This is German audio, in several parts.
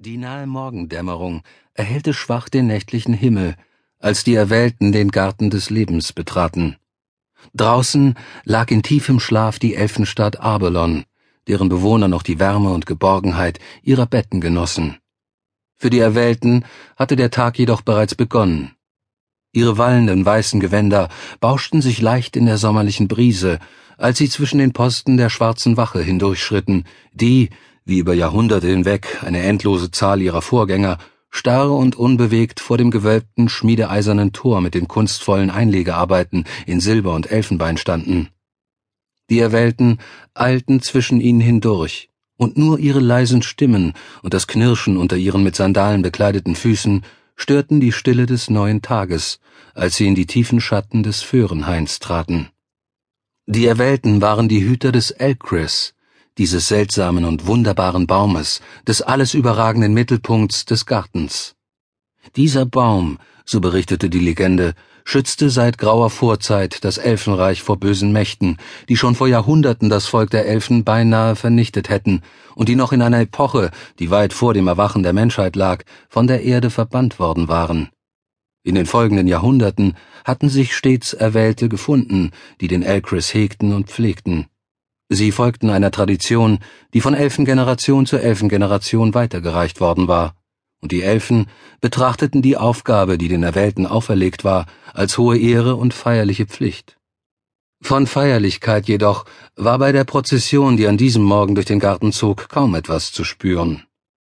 Die nahe Morgendämmerung erhellte schwach den nächtlichen Himmel, als die Erwählten den Garten des Lebens betraten. Draußen lag in tiefem Schlaf die Elfenstadt Abelon, deren Bewohner noch die Wärme und Geborgenheit ihrer Betten genossen. Für die Erwählten hatte der Tag jedoch bereits begonnen. Ihre wallenden weißen Gewänder bauschten sich leicht in der sommerlichen Brise, als sie zwischen den Posten der schwarzen Wache hindurchschritten, die, wie über Jahrhunderte hinweg eine endlose Zahl ihrer Vorgänger, starr und unbewegt vor dem gewölbten, schmiedeeisernen Tor mit den kunstvollen Einlegearbeiten in Silber und Elfenbein standen. Die Erwählten eilten zwischen ihnen hindurch, und nur ihre leisen Stimmen und das Knirschen unter ihren mit Sandalen bekleideten Füßen störten die Stille des neuen Tages, als sie in die tiefen Schatten des Föhrenhains traten. Die Erwählten waren die Hüter des Elcris, dieses seltsamen und wunderbaren Baumes, des alles überragenden Mittelpunkts des Gartens. Dieser Baum, so berichtete die Legende, schützte seit grauer Vorzeit das Elfenreich vor bösen Mächten, die schon vor Jahrhunderten das Volk der Elfen beinahe vernichtet hätten und die noch in einer Epoche, die weit vor dem Erwachen der Menschheit lag, von der Erde verbannt worden waren. In den folgenden Jahrhunderten hatten sich stets Erwählte gefunden, die den Elcris hegten und pflegten. Sie folgten einer Tradition, die von Elfengeneration zu Elfengeneration weitergereicht worden war, und die Elfen betrachteten die Aufgabe, die den Erwählten auferlegt war, als hohe Ehre und feierliche Pflicht. Von Feierlichkeit jedoch war bei der Prozession, die an diesem Morgen durch den Garten zog, kaum etwas zu spüren.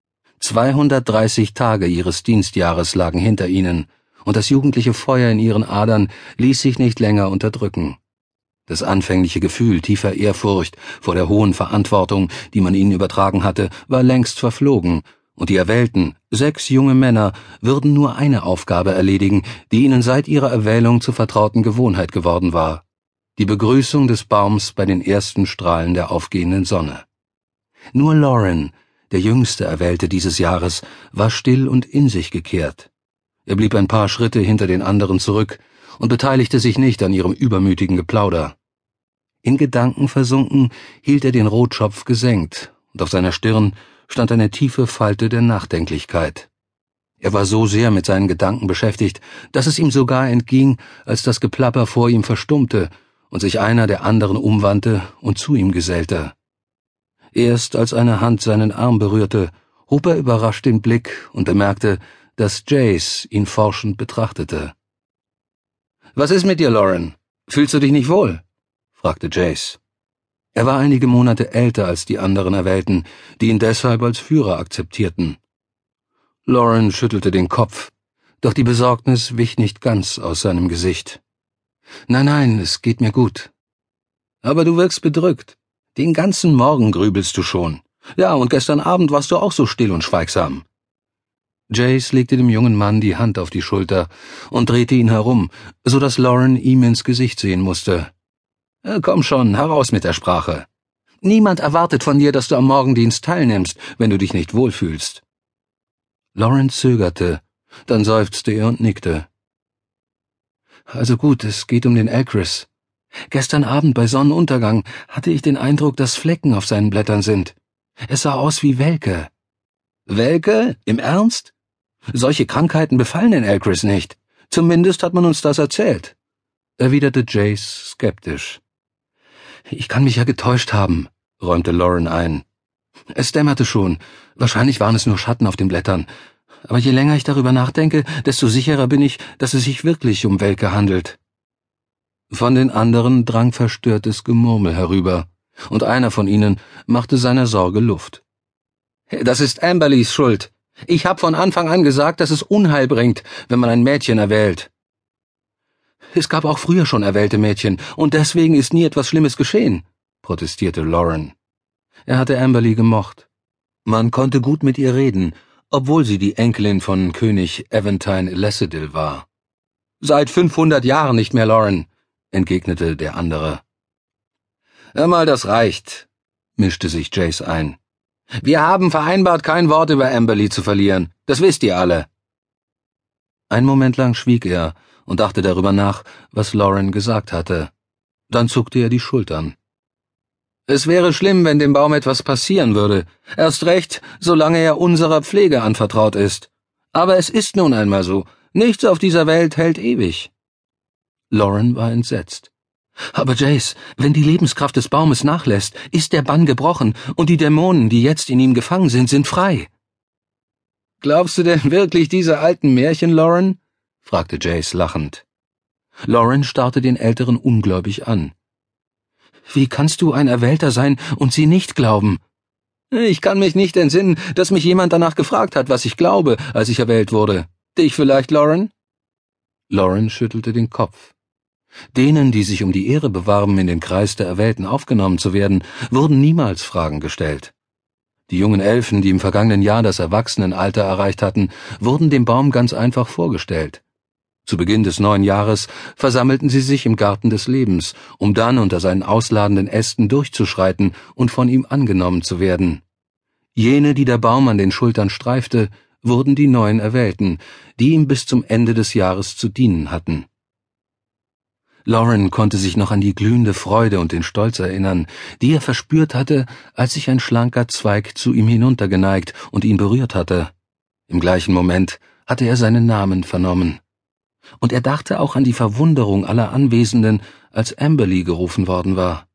230 Tage ihres Dienstjahres lagen hinter ihnen, und das jugendliche Feuer in ihren Adern ließ sich nicht länger unterdrücken. Das anfängliche Gefühl tiefer Ehrfurcht vor der hohen Verantwortung, die man ihnen übertragen hatte, war längst verflogen, und die Erwählten, 6 junge Männer, würden nur eine Aufgabe erledigen, die ihnen seit ihrer Erwählung zur vertrauten Gewohnheit geworden war: die Begrüßung des Baums bei den ersten Strahlen der aufgehenden Sonne. Nur Loren, der jüngste Erwählte dieses Jahres, war still und in sich gekehrt. Er blieb ein paar Schritte hinter den anderen zurück und beteiligte sich nicht an ihrem übermütigen Geplauder. In Gedanken versunken hielt er den Rotschopf gesenkt, und auf seiner Stirn stand eine tiefe Falte der Nachdenklichkeit. Er war so sehr mit seinen Gedanken beschäftigt, dass es ihm sogar entging, als das Geplapper vor ihm verstummte und sich einer der anderen umwandte und zu ihm gesellte. Erst als eine Hand seinen Arm berührte, hob er überrascht den Blick und bemerkte, dass Jace ihn forschend betrachtete. »Was ist mit dir, Loren? Fühlst du dich nicht wohl?« fragte Jace. Er war einige Monate älter als die anderen Erwählten, die ihn deshalb als Führer akzeptierten. Loren schüttelte den Kopf, doch die Besorgnis wich nicht ganz aus seinem Gesicht. »Nein, es geht mir gut.« »Aber du wirkst bedrückt. Den ganzen Morgen grübelst du schon. Ja, und gestern Abend warst du auch so still und schweigsam.« Jace legte dem jungen Mann die Hand auf die Schulter und drehte ihn herum, so dass Loren ihm ins Gesicht sehen musste. »Komm schon, heraus mit der Sprache. Niemand erwartet von dir, dass du am Morgendienst teilnimmst, wenn du dich nicht wohlfühlst.« Loren zögerte, dann seufzte er und nickte. »Also gut, es geht um den Elcris. Gestern Abend bei Sonnenuntergang hatte ich den Eindruck, dass Flecken auf seinen Blättern sind. Es sah aus wie Welke.« »Welke? Im Ernst? Solche Krankheiten befallen den Elcris nicht. Zumindest hat man uns das erzählt«, erwiderte Jace skeptisch. »Ich kann mich ja getäuscht haben«, räumte Loren ein. »Es dämmerte schon. Wahrscheinlich waren es nur Schatten auf den Blättern. Aber je länger ich darüber nachdenke, desto sicherer bin ich, dass es sich wirklich um Welke handelt.« Von den anderen drang verstörtes Gemurmel herüber, und einer von ihnen machte seiner Sorge Luft. »Das ist Amberlys Schuld. Ich hab von Anfang an gesagt, dass es Unheil bringt, wenn man ein Mädchen erwählt.« »Es gab auch früher schon erwählte Mädchen, und deswegen ist nie etwas Schlimmes geschehen«, protestierte Loren. Er hatte Amberly gemocht. Man konnte gut mit ihr reden, obwohl sie die Enkelin von König Eventine Lessedil war. »Seit 500 Jahren nicht mehr, Loren«, entgegnete der andere. »Hör mal, das reicht«, mischte sich Jace ein. »Wir haben vereinbart, kein Wort über Amberly zu verlieren. Das wisst ihr alle.« Einen Moment lang schwieg er und dachte darüber nach, was Loren gesagt hatte. Dann zuckte er die Schultern. Es wäre schlimm, wenn dem Baum etwas passieren würde. Erst recht, solange er unserer Pflege anvertraut ist. Aber es ist nun einmal so. Nichts auf dieser Welt hält ewig. Lauren war entsetzt. Aber Jace, wenn die Lebenskraft des Baumes nachlässt, ist der Bann gebrochen und die Dämonen, die jetzt in ihm gefangen sind, sind frei. Glaubst du denn wirklich diese alten Märchen, Lauren? Fragte Jace lachend. Lauren starrte den Älteren ungläubig an. Wie kannst du ein Erwählter sein und sie nicht glauben? Ich kann mich nicht entsinnen, dass mich jemand danach gefragt hat, was ich glaube, als ich erwählt wurde. Dich vielleicht, Lauren? Lauren schüttelte den Kopf. Denen, die sich um die Ehre bewarben, in den Kreis der Erwählten aufgenommen zu werden, wurden niemals Fragen gestellt. Die jungen Elfen, die im vergangenen Jahr das Erwachsenenalter erreicht hatten, wurden dem Baum ganz einfach vorgestellt. Zu Beginn des neuen Jahres versammelten sie sich im Garten des Lebens, um dann unter seinen ausladenden Ästen durchzuschreiten und von ihm angenommen zu werden. Jene, die der Baum an den Schultern streifte, wurden die neuen Erwählten, die ihm bis zum Ende des Jahres zu dienen hatten. Lauren konnte sich noch an die glühende Freude und den Stolz erinnern, die er verspürt hatte, als sich ein schlanker Zweig zu ihm hinuntergeneigt und ihn berührt hatte. Im gleichen Moment hatte er seinen Namen vernommen. Und er dachte auch an die Verwunderung aller Anwesenden, als Amberly gerufen worden war.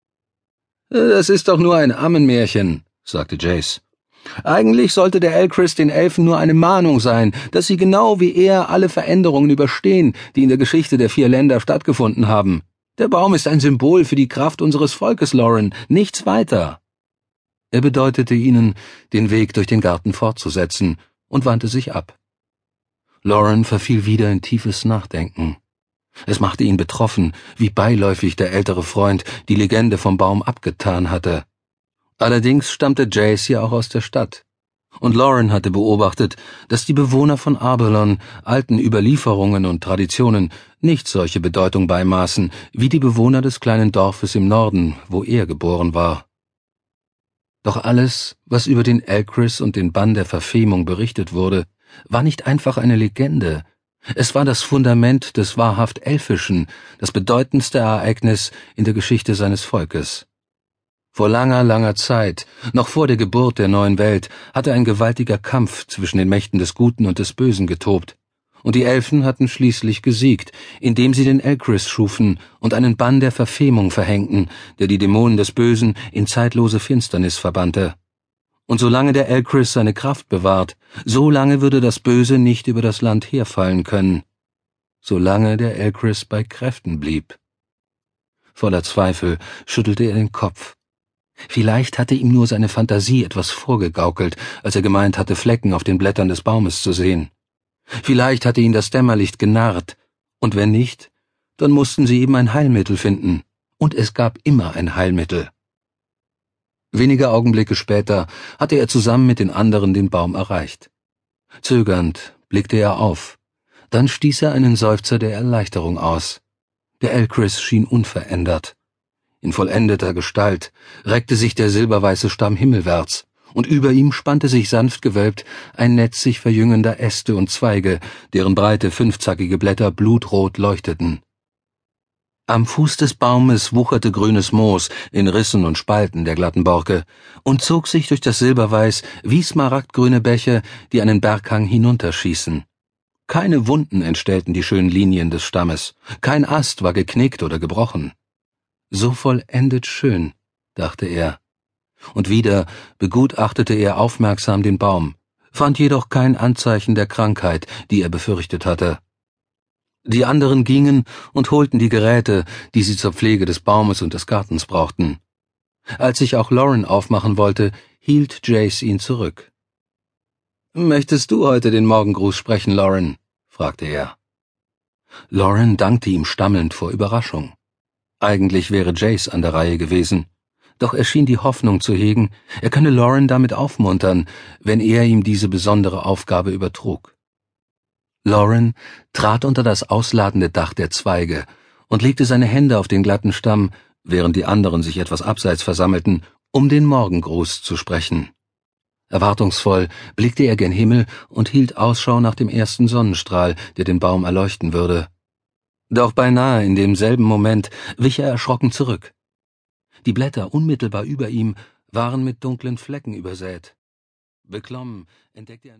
»Das ist doch nur ein Ammenmärchen«, sagte Jace. »Eigentlich sollte der Elcris den Elfen nur eine Mahnung sein, dass sie genau wie er alle Veränderungen überstehen, die in der Geschichte der 4 Länder stattgefunden haben. Der Baum ist ein Symbol für die Kraft unseres Volkes, Lauren, nichts weiter.« Er bedeutete ihnen, den Weg durch den Garten fortzusetzen, und wandte sich ab. Lauren verfiel wieder in tiefes Nachdenken. Es machte ihn betroffen, wie beiläufig der ältere Freund die Legende vom Baum abgetan hatte. Allerdings stammte Jace ja auch aus der Stadt. Und Lauren hatte beobachtet, dass die Bewohner von Aberlon alten Überlieferungen und Traditionen nicht solche Bedeutung beimaßen wie die Bewohner des kleinen Dorfes im Norden, wo er geboren war. Doch alles, was über den Elcris und den Bann der Verfemung berichtet wurde, war nicht einfach eine Legende. Es war das Fundament des wahrhaft Elfischen, das bedeutendste Ereignis in der Geschichte seines Volkes. Vor langer, langer Zeit, noch vor der Geburt der neuen Welt, hatte ein gewaltiger Kampf zwischen den Mächten des Guten und des Bösen getobt, und die Elfen hatten schließlich gesiegt, indem sie den Elcris schufen und einen Bann der Verfemung verhängten, der die Dämonen des Bösen in zeitlose Finsternis verbannte. Und solange der Elcris seine Kraft bewahrt, so lange würde das Böse nicht über das Land herfallen können, solange der Elcris bei Kräften blieb. Voller Zweifel schüttelte er den Kopf. Vielleicht hatte ihm nur seine Fantasie etwas vorgegaukelt, als er gemeint hatte, Flecken auf den Blättern des Baumes zu sehen. Vielleicht hatte ihn das Dämmerlicht genarrt, und wenn nicht, dann mussten sie eben ein Heilmittel finden, und es gab immer ein Heilmittel. Wenige Augenblicke später hatte er zusammen mit den anderen den Baum erreicht. Zögernd blickte er auf, dann stieß er einen Seufzer der Erleichterung aus. Der Elcris schien unverändert. In vollendeter Gestalt reckte sich der silberweiße Stamm himmelwärts, und über ihm spannte sich sanft gewölbt ein Netz sich verjüngender Äste und Zweige, deren breite, fünfzackige Blätter blutrot leuchteten. Am Fuß des Baumes wucherte grünes Moos in Rissen und Spalten der glatten Borke und zog sich durch das Silberweiß wie smaragdgrüne Bäche, die einen Berghang hinunterschießen. Keine Wunden entstellten die schönen Linien des Stammes, kein Ast war geknickt oder gebrochen. So vollendet schön, dachte er. Und wieder begutachtete er aufmerksam den Baum, fand jedoch kein Anzeichen der Krankheit, die er befürchtet hatte. Die anderen gingen und holten die Geräte, die sie zur Pflege des Baumes und des Gartens brauchten. Als sich auch Lauren aufmachen wollte, hielt Jace ihn zurück. »Möchtest du heute den Morgengruß sprechen, Lauren?« fragte er. Lauren dankte ihm stammelnd vor Überraschung. Eigentlich wäre Jace an der Reihe gewesen, doch er schien die Hoffnung zu hegen, er könne Lauren damit aufmuntern, wenn er ihm diese besondere Aufgabe übertrug. Lauren trat unter das ausladende Dach der Zweige und legte seine Hände auf den glatten Stamm, während die anderen sich etwas abseits versammelten, um den Morgengruß zu sprechen. Erwartungsvoll blickte er gen Himmel und hielt Ausschau nach dem ersten Sonnenstrahl, der den Baum erleuchten würde. Doch beinahe in demselben Moment wich er erschrocken zurück. Die Blätter unmittelbar über ihm waren mit dunklen Flecken übersät. Beklommen entdeckte er